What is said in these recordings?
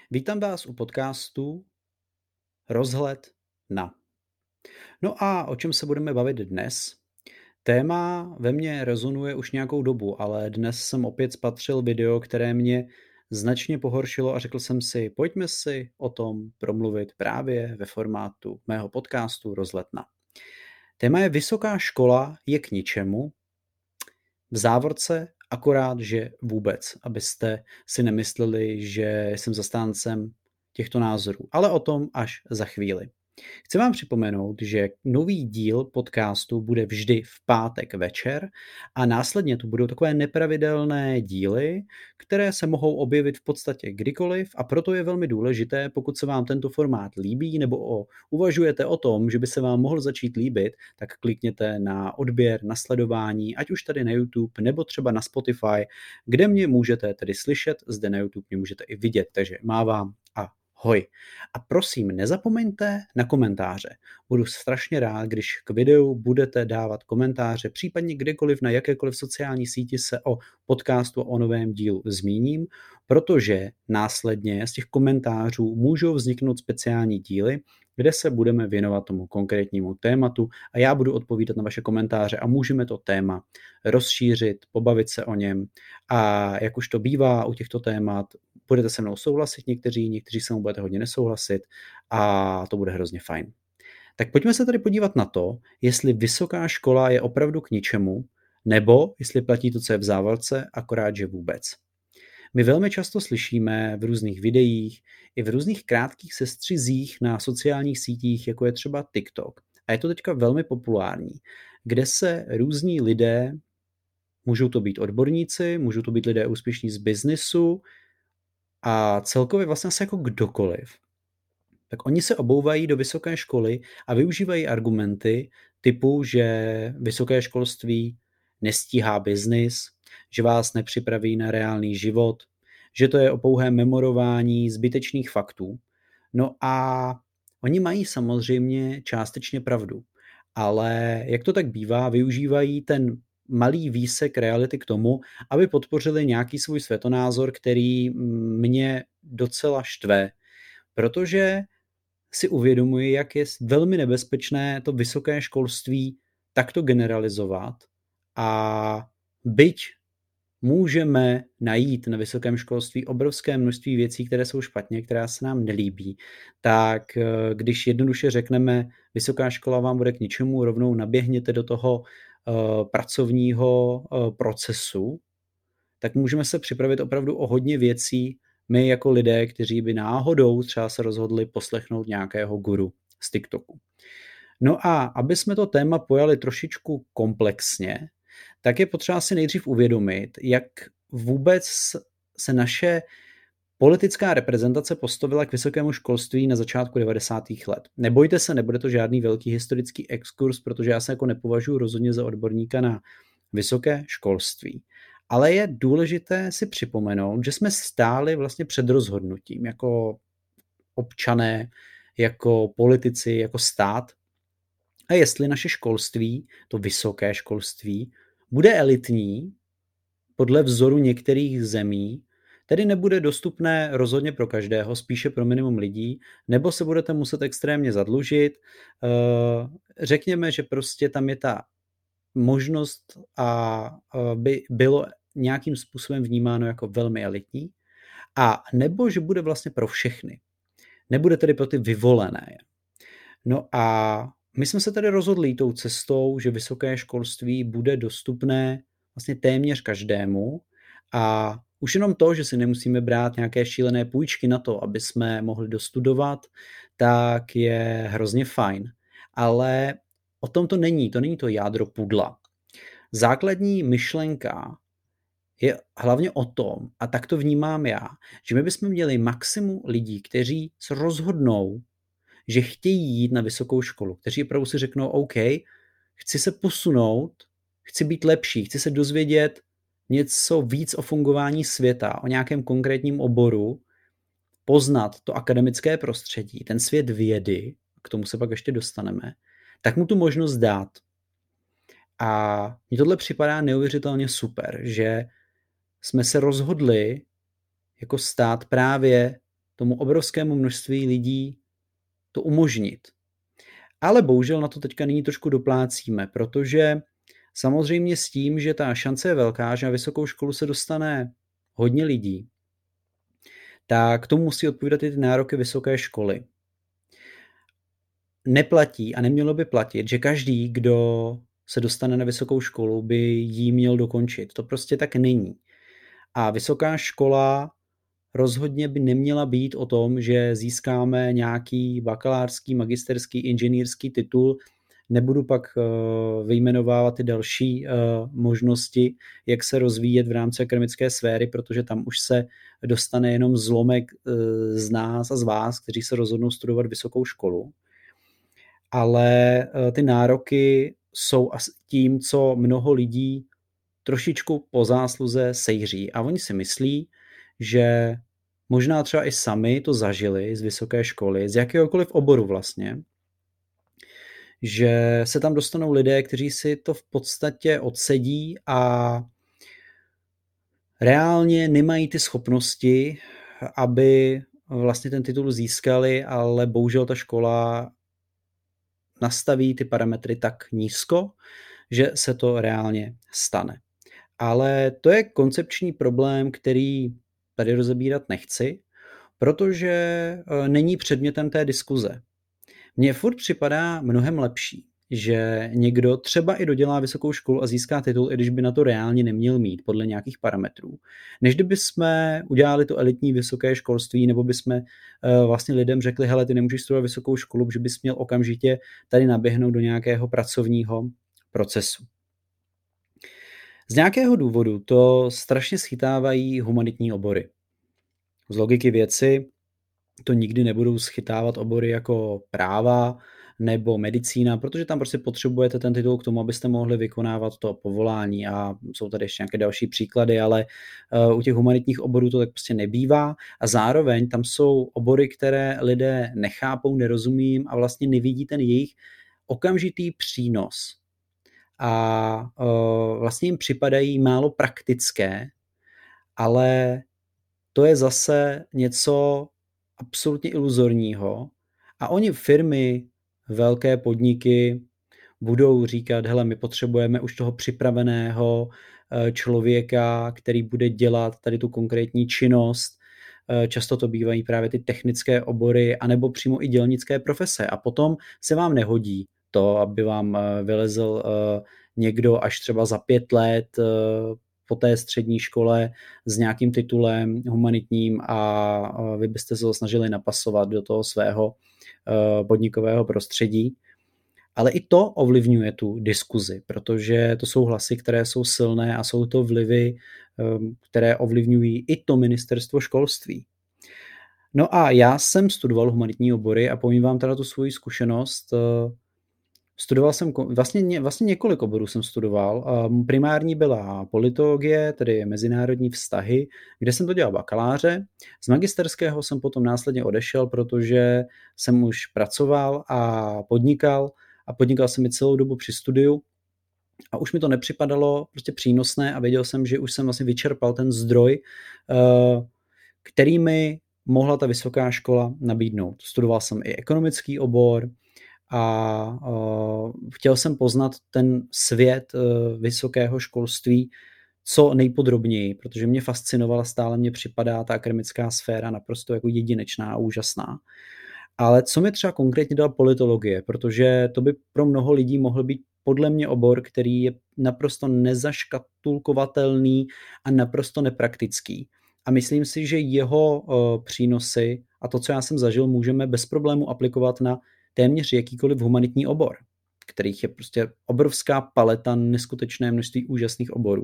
Vítám vás u podcastu Rozhled na. No a o čem se budeme bavit dnes? Téma ve mně rezonuje už nějakou dobu, ale dnes jsem opět spatřil video, které mě značně pohoršilo a řekl jsem si, pojďme si o tom promluvit právě ve formátu mého podcastu Rozhled na. Téma je vysoká škola je k ničemu, v závorce akorát, že vůbec, abyste si nemysleli, že jsem zastáncem těchto názorů, ale o tom až za chvíli. Chci vám připomenout, že nový díl podcastu bude vždy v pátek večer a následně tu budou takové nepravidelné díly, které se mohou objevit v podstatě kdykoliv a proto je velmi důležité, pokud se vám tento formát líbí nebo uvažujete o tom, že by se vám mohl začít líbit, tak klikněte na odběr, na sledování, ať už tady na YouTube nebo třeba na Spotify, kde mě můžete tedy slyšet, zde na YouTube mě můžete i vidět, takže mávám a hoj. A prosím, nezapomeňte na komentáře. Budu strašně rád, když k videu budete dávat komentáře, případně kdekoliv na jakékoliv sociální síti se o podcastu a o novém dílu zmíním, protože následně z těch komentářů můžou vzniknout speciální díly, kde se budeme věnovat tomu konkrétnímu tématu a já budu odpovídat na vaše komentáře a můžeme to téma rozšířit, pobavit se o něm a jak už to bývá u těchto témat, budete se mnou souhlasit někteří se mnou budete hodně nesouhlasit a to bude hrozně fajn. Tak pojďme se tady podívat na to, jestli vysoká škola je opravdu k ničemu, nebo jestli platí to, co je v závorce, akorát, že vůbec. My velmi často slyšíme v různých videích i v různých krátkých sestřizích na sociálních sítích, jako je třeba TikTok. A je to teďka velmi populární, kde se různí lidé, můžou to být odborníci, můžou to být lidé úspěšní z biznisu a celkově vlastně asi jako kdokoliv, tak oni se obouvají do vysoké školy a využívají argumenty typu, že vysoké školství nestíhá biznis, že vás nepřipraví na reálný život, že to je o pouhé memorování zbytečných faktů. No a oni mají samozřejmě částečně pravdu, ale jak to tak bývá, využívají ten malý výsek reality k tomu, aby podpořili nějaký svůj světonázor, který mě docela štve, protože si uvědomuji, jak je velmi nebezpečné to vysoké školství takto generalizovat a byť můžeme najít na vysokém školství obrovské množství věcí, které jsou špatně, která se nám nelíbí, tak když jednoduše řekneme, vysoká škola vám bude k ničemu, rovnou naběhněte do toho pracovního procesu, tak můžeme se připravit opravdu o hodně věcí, my jako lidé, kteří by náhodou třeba se rozhodli poslechnout nějakého guru z TikToku. No a aby jsme to téma pojali trošičku komplexně, tak je potřeba si nejdřív uvědomit, jak vůbec se naše politická reprezentace postavila k vysokému školství na začátku 90. let. Nebojte se, nebude to žádný velký historický exkurs, protože já se jako nepovažuji rozhodně za odborníka na vysoké školství. Ale je důležité si připomenout, že jsme stáli vlastně před rozhodnutím jako občané, jako politici, jako stát. A jestli naše školství, to vysoké školství, bude elitní podle vzoru některých zemí, tedy nebude dostupné rozhodně pro každého, spíše pro minimum lidí, nebo se budete muset extrémně zadlužit. Řekněme, že prostě tam je ta možnost a by bylo nějakým způsobem vnímáno jako velmi elitní, a nebo že bude vlastně pro všechny. Nebude tedy pro ty vyvolené. No a my jsme se tedy rozhodli tou cestou, že vysoké školství bude dostupné vlastně téměř každému a už jenom to, že si nemusíme brát nějaké šílené půjčky na to, aby jsme mohli dostudovat, tak je hrozně fajn. Ale o tom to není to jádro pudla. Základní myšlenka je hlavně o tom, a tak to vnímám já, že my bychom měli maximum lidí, kteří se rozhodnou, že chtějí jít na vysokou školu, kteří opravdu si řeknou, OK, chci se posunout, chci být lepší, chci se dozvědět něco víc o fungování světa, o nějakém konkrétním oboru, poznat to akademické prostředí, ten svět vědy, k tomu se pak ještě dostaneme, tak mu tu možnost dát. A mně tohle připadá neuvěřitelně super, že jsme se rozhodli jako stát právě tomu obrovskému množství lidí to umožnit. Ale bohužel na to teďka nyní trošku doplácíme, protože samozřejmě s tím, že ta šance je velká, že na vysokou školu se dostane hodně lidí, tak k tomu musí odpovídat i ty nároky vysoké školy. Neplatí a nemělo by platit, že každý, kdo se dostane na vysokou školu, by ji měl dokončit. To prostě tak není. A vysoká škola rozhodně by neměla být o tom, že získáme nějaký bakalářský, magisterský, inženýrský titul. Nebudu pak vyjmenovávat ty další možnosti, jak se rozvíjet v rámci akademické sféry, protože tam už se dostane jenom zlomek z nás a z vás, kteří se rozhodnou studovat vysokou školu. Ale ty nároky jsou tím, co mnoho lidí trošičku po zásluze sejří. A oni si myslí, že možná třeba i sami to zažili z vysoké školy, z jakéhokoliv oboru vlastně, že se tam dostanou lidé, kteří si to v podstatě odsedí a reálně nemají ty schopnosti, aby vlastně ten titul získali, ale bohužel ta škola nastaví ty parametry tak nízko, že se to reálně stane. Ale to je koncepční problém, který tady rozebírat nechci, protože není předmětem té diskuze. Mně furt připadá mnohem lepší, že někdo třeba i dodělá vysokou školu a získá titul, i když by na to reálně neměl mít podle nějakých parametrů, než kdyby jsme udělali to elitní vysoké školství, nebo by jsme vlastně lidem řekli, hele, ty nemůžeš studovat vysokou školu, že bys měl okamžitě tady naběhnout do nějakého pracovního procesu. Z nějakého důvodu to strašně schytávají humanitní obory. Z logiky věci to nikdy nebudou schytávat obory jako práva nebo medicína, protože tam prostě potřebujete ten titul k tomu, abyste mohli vykonávat to povolání a jsou tady ještě nějaké další příklady, ale u těch humanitních oborů to tak prostě nebývá a zároveň tam jsou obory, které lidé nechápou, nerozumí a vlastně nevidí ten jejich okamžitý přínos. A vlastně jim připadají málo praktické, ale to je zase něco absolutně iluzorního a oni firmy, velké podniky budou říkat, hele, my potřebujeme už toho připraveného člověka, který bude dělat tady tu konkrétní činnost. Často to bývají právě ty technické obory anebo přímo i dělnické profese a potom se vám nehodí to, aby vám vylezl někdo až třeba za 5 let po té střední škole s nějakým titulem humanitním a vy byste se ho snažili napasovat do toho svého podnikového prostředí. Ale i to ovlivňuje tu diskuzi, protože to jsou hlasy, které jsou silné a jsou to vlivy, které ovlivňují i to ministerstvo školství. No a já jsem studoval humanitní obory a povím vám teda tu svoji zkušenost. Studoval jsem vlastně několik oborů jsem studoval. Primární byla politologie, tedy mezinárodní vztahy, kde jsem to dělal bakaláře. Z magisterského jsem potom následně odešel, protože jsem už pracoval a podnikal jsem i celou dobu při studiu a už mi to nepřipadalo prostě přínosné a věděl jsem, že už jsem vlastně vyčerpal ten zdroj, který mi mohla ta vysoká škola nabídnout. Studoval jsem i ekonomický obor, a chtěl jsem poznat ten svět vysokého školství co nejpodrobněji, protože mě fascinovala, stále mě připadá ta akademická sféra naprosto jako jedinečná a úžasná. Ale co mi třeba konkrétně dala politologie, protože to by pro mnoho lidí mohl být podle mě obor, který je naprosto nezaškatulkovatelný a naprosto nepraktický. A myslím si, že jeho přínosy a to, co já jsem zažil, můžeme bez problému aplikovat na téměř jakýkoliv humanitní obor, kterých je prostě obrovská paleta, neskutečné množství úžasných oborů.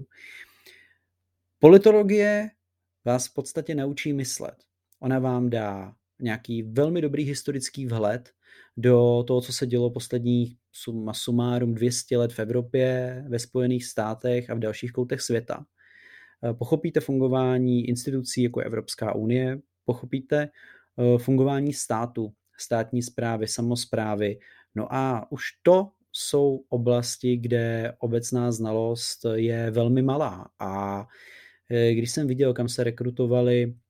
Politologie vás v podstatě naučí myslet. Ona vám dá nějaký velmi dobrý historický vhled do toho, co se dělo posledních summa summarum 200 let v Evropě, ve Spojených státech a v dalších koutech světa. Pochopíte fungování institucí jako Evropská unie, pochopíte fungování státu, státní správy, samosprávy. No a už to jsou oblasti, kde obecná znalost je velmi malá. A když jsem viděl, kam se rekrutovali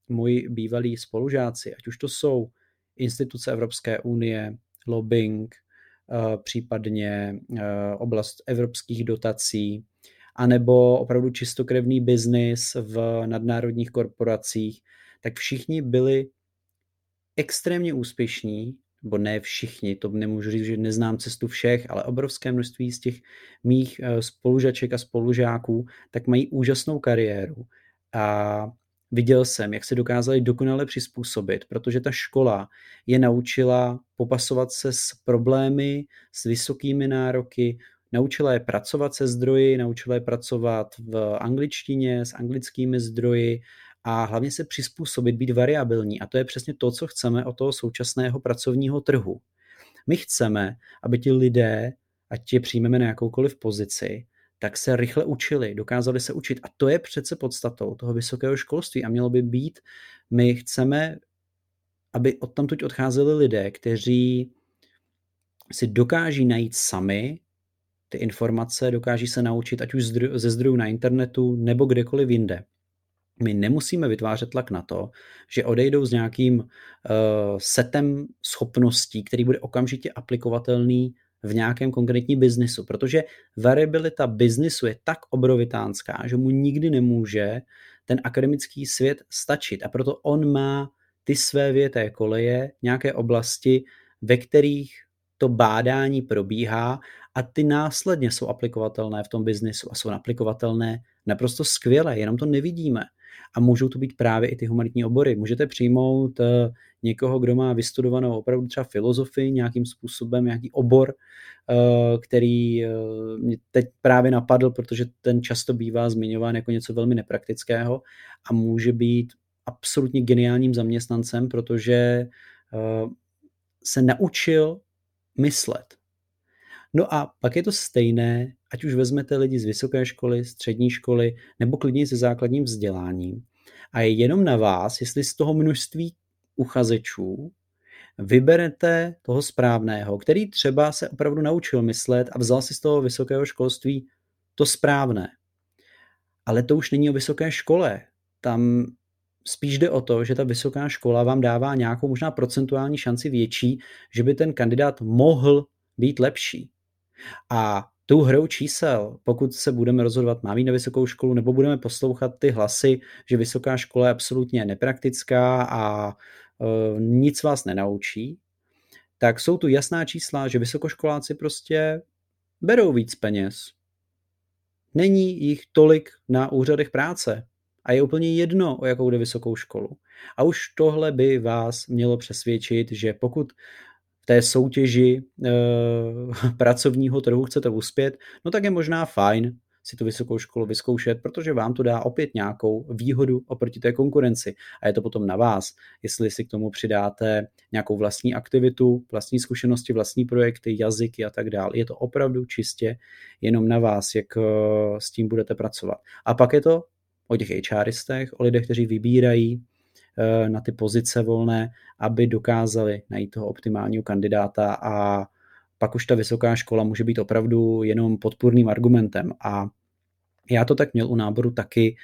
moji bývalí spolužáci, ať už to jsou instituce Evropské unie, lobbying, případně oblast evropských dotací, anebo opravdu čistokrevný biznis v nadnárodních korporacích, tak všichni byli extrémně úspěšní, nebo ne všichni, to nemůžu říct, že neznám cestu všech, ale obrovské množství z těch mých spolužaček a spolužáků, tak mají úžasnou kariéru. A viděl jsem, jak se dokázali dokonale přizpůsobit, protože ta škola je naučila popasovat se s problémy, s vysokými nároky, naučila je pracovat se zdroji, naučila je pracovat v angličtině, s anglickými zdroji, a hlavně se přizpůsobit, být variabilní. A to je přesně to, co chceme od toho současného pracovního trhu. My chceme, aby ti lidé, ať je přijmeme na jakoukoliv pozici, tak se rychle učili, dokázali se učit. A to je přece podstatou toho vysokého školství a mělo by být. My chceme, aby odtamtud odcházeli lidé, kteří si dokáží najít sami ty informace, dokáží se naučit ať už ze zdrojů na internetu nebo kdekoliv jinde. My nemusíme vytvářet tlak na to, že odejdou s nějakým setem schopností, který bude okamžitě aplikovatelný v nějakém konkrétním biznisu, protože variabilita biznisu je tak obrovitánská, že mu nikdy nemůže ten akademický svět stačit a proto on má ty své věté koleje, nějaké oblasti, ve kterých to bádání probíhá a ty následně jsou aplikovatelné v tom biznisu a jsou aplikovatelné naprosto skvěle, jenom to nevidíme. A můžou to být právě i ty humanitní obory. Můžete přijmout někoho, kdo má vystudovanou opravdu třeba filozofii nějakým způsobem, nějaký obor, který mě teď právě napadl, protože ten často bývá zmiňován jako něco velmi nepraktického a může být absolutně geniálním zaměstnancem, protože se naučil myslet. No a pak je to stejné, ať už vezmete lidi z vysoké školy, střední školy, nebo klidně se základním vzděláním. A je jenom na vás, jestli z toho množství uchazečů vyberete toho správného, který třeba se opravdu naučil myslet a vzal si z toho vysokého školství to správné. Ale to už není o vysoké škole. Tam spíš jde o to, že ta vysoká škola vám dává nějakou možná procentuální šanci větší, že by ten kandidát mohl být lepší. A tou hrou čísel, pokud se budeme rozhodovat, mám jít na vysokou školu, nebo budeme poslouchat ty hlasy, že vysoká škola je absolutně nepraktická a nic vás nenaučí, tak jsou tu jasná čísla, že vysokoškoláci prostě berou víc peněz. Není jich tolik na úřadech práce a je úplně jedno, o jakou jde vysokou školu. A už tohle by vás mělo přesvědčit, že pokud v té soutěži pracovního trhu chcete uspět, no tak je možná fajn si tu vysokou školu vyzkoušet, protože vám to dá opět nějakou výhodu oproti té konkurenci. A je to potom na vás, jestli si k tomu přidáte nějakou vlastní aktivitu, vlastní zkušenosti, vlastní projekty, jazyky a tak dále. Je to opravdu čistě jenom na vás, jak s tím budete pracovat. A pak je to o těch HRistech, o lidech, kteří vybírají na ty pozice volné, aby dokázali najít toho optimálního kandidáta a pak už ta vysoká škola může být opravdu jenom podpůrným argumentem. A já to tak měl u náboru taky.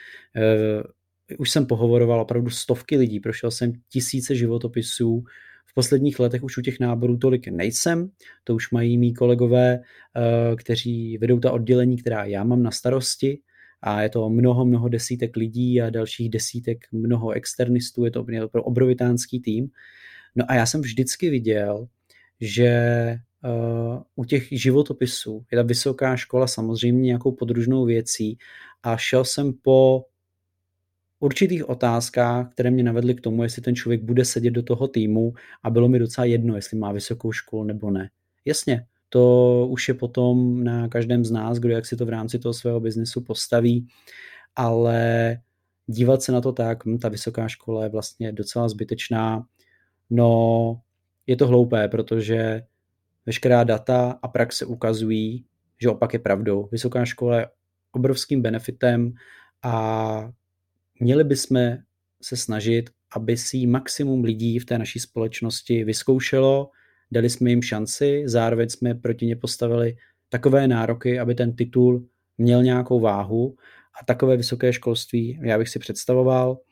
Už jsem pohovoroval opravdu stovky lidí, prošel jsem tisíce životopisů. V posledních letech už u těch náborů tolik nejsem, to už mají mý kolegové, kteří vedou ta oddělení, která já mám na starosti. A je to mnoho desítek lidí a dalších desítek mnoho externistů, je to obrovitánský tým. No a já jsem vždycky viděl, že u těch životopisů je ta vysoká škola samozřejmě nějakou podružnou věcí a šel jsem po určitých otázkách, které mě navedly k tomu, jestli ten člověk bude sedět do toho týmu a bylo mi docela jedno, jestli má vysokou školu nebo ne. Jasně, to už je potom na každém z nás, kdo jak si to v rámci toho svého biznesu postaví, ale dívat se na to tak, ta vysoká škola je vlastně docela zbytečná. No, je to hloupé, protože veškerá data a praxe ukazují, že opak je pravdou. Vysoká škola je obrovským benefitem a měli bychom se snažit, aby si maximum lidí v té naší společnosti vyzkoušelo, dali jsme jim šanci, zároveň jsme proti ně postavili takové nároky, aby ten titul měl nějakou váhu a takové vysoké školství já bych si představoval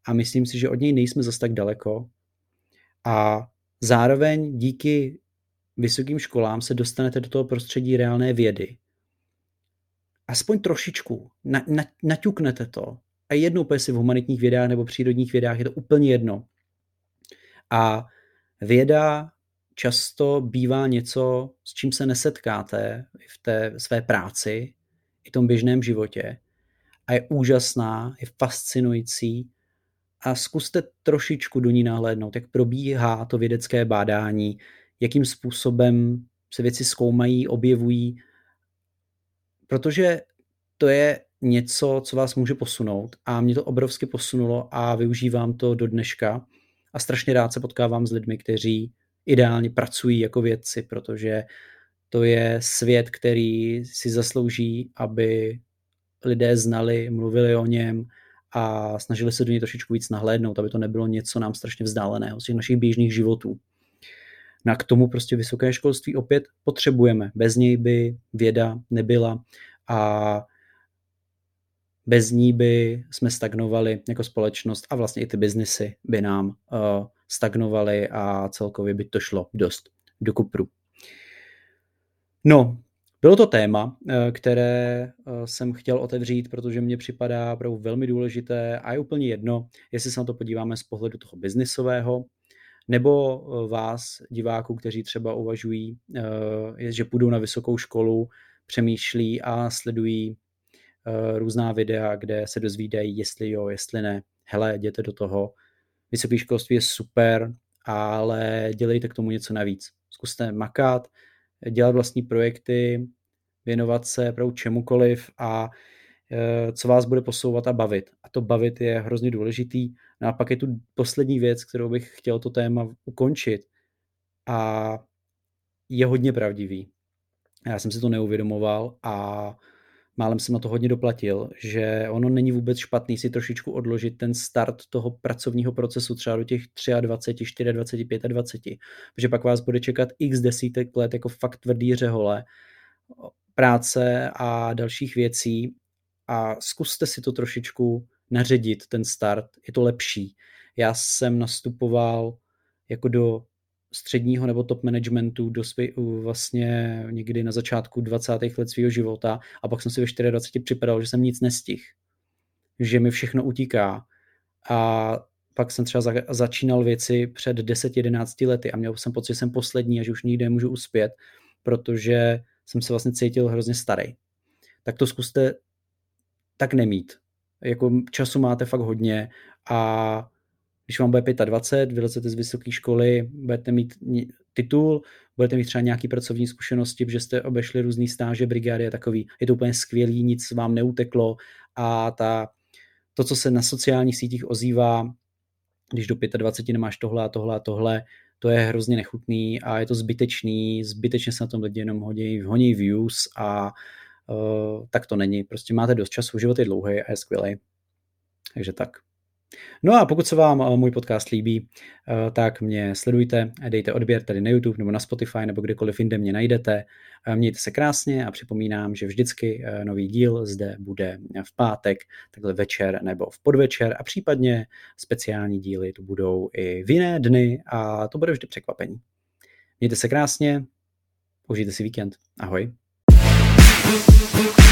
a myslím si, že od něj nejsme zas tak daleko. A zároveň díky vysokým školám se dostanete do toho prostředí reálné vědy. Aspoň trošičku, naťuknete to. A jednou si v humanitních vědách nebo přírodních vědách je to úplně jedno. A věda často bývá něco, s čím se nesetkáte v té své práci, i v tom běžném životě. A je úžasná, je fascinující a zkuste trošičku do ní nahlédnout, jak probíhá to vědecké bádání, jakým způsobem se věci zkoumají, objevují, protože to je něco, co vás může posunout a mě to obrovsky posunulo a využívám to do dneška a strašně rád se potkávám s lidmi, kteří ideálně pracují jako vědci, protože to je svět, který si zaslouží, aby lidé znali, mluvili o něm a snažili se do něj trošičku víc nahlédnout, aby to nebylo něco nám strašně vzdáleného z těch našich běžných životů. No a k tomu prostě vysoké školství opět potřebujeme. Bez něj by věda nebyla a bez ní by jsme stagnovali jako společnost a vlastně i ty biznisy by nám stagnovaly a celkově by to šlo dost do kupru. No, bylo to téma, které jsem chtěl otevřít, protože mně připadá opravdu velmi důležité a je úplně jedno, jestli se na to podíváme z pohledu toho biznisového, nebo vás, diváků, kteří třeba uvažují, že půjdou na vysokou školu, přemýšlí a sledují různá videa, kde se dozvídají, jestli jo, jestli ne. Hele, jděte do toho. Vysoké školství je super, ale dělejte k tomu něco navíc. Zkuste makat, dělat vlastní projekty, věnovat se opravdu čemukoliv a co vás bude posouvat a bavit. A to bavit je hrozně důležitý. No a pak je tu poslední věc, kterou bych chtěl to téma ukončit. A je hodně pravdivý. Já jsem si to neuvědomoval a málem jsem na to hodně doplatil, že ono není vůbec špatný si trošičku odložit ten start toho pracovního procesu třeba do těch 23, 24, 25, protože pak vás bude čekat x desítek let jako fakt tvrdý řehole práce a dalších věcí a zkuste si to trošičku naředit, ten start, je to lepší. Já jsem nastupoval jako do středního nebo top managementu vlastně někdy na začátku 20. let svého života a pak jsem si ve 24 připadal, že jsem nic nestihl, že mi všechno utíká a pak jsem třeba začínal věci před 10-11 lety a měl jsem pocit, že jsem poslední a že už nikdy nemůžu uspět, protože jsem se vlastně cítil hrozně starý. Tak to zkuste tak nemít. Jako času máte fakt hodně a když vám bude 25, vylezete z vysoké školy, budete mít titul, budete mít třeba nějaký pracovní zkušenosti, protože jste obešli různý stáže, brigády a takový. Je to úplně skvělý, nic vám neuteklo a to, co se na sociálních sítích ozývá, když do 25 nemáš tohle a tohle a tohle, to je hrozně nechutný a je to zbytečný, zbytečně se na tom lidi jenom honí views a tak to není. Prostě máte dost času, život je dlouhý a je skvělý. Takže tak. No a pokud se vám můj podcast líbí, tak mě sledujte, dejte odběr tady na YouTube nebo na Spotify nebo kdekoliv jinde mě najdete. Mějte se krásně a připomínám, že vždycky nový díl zde bude v pátek, takhle večer nebo v podvečer a případně speciální díly tu budou i v jiné dny a to bude vždy překvapení. Mějte se krásně, užijte si víkend. Ahoj.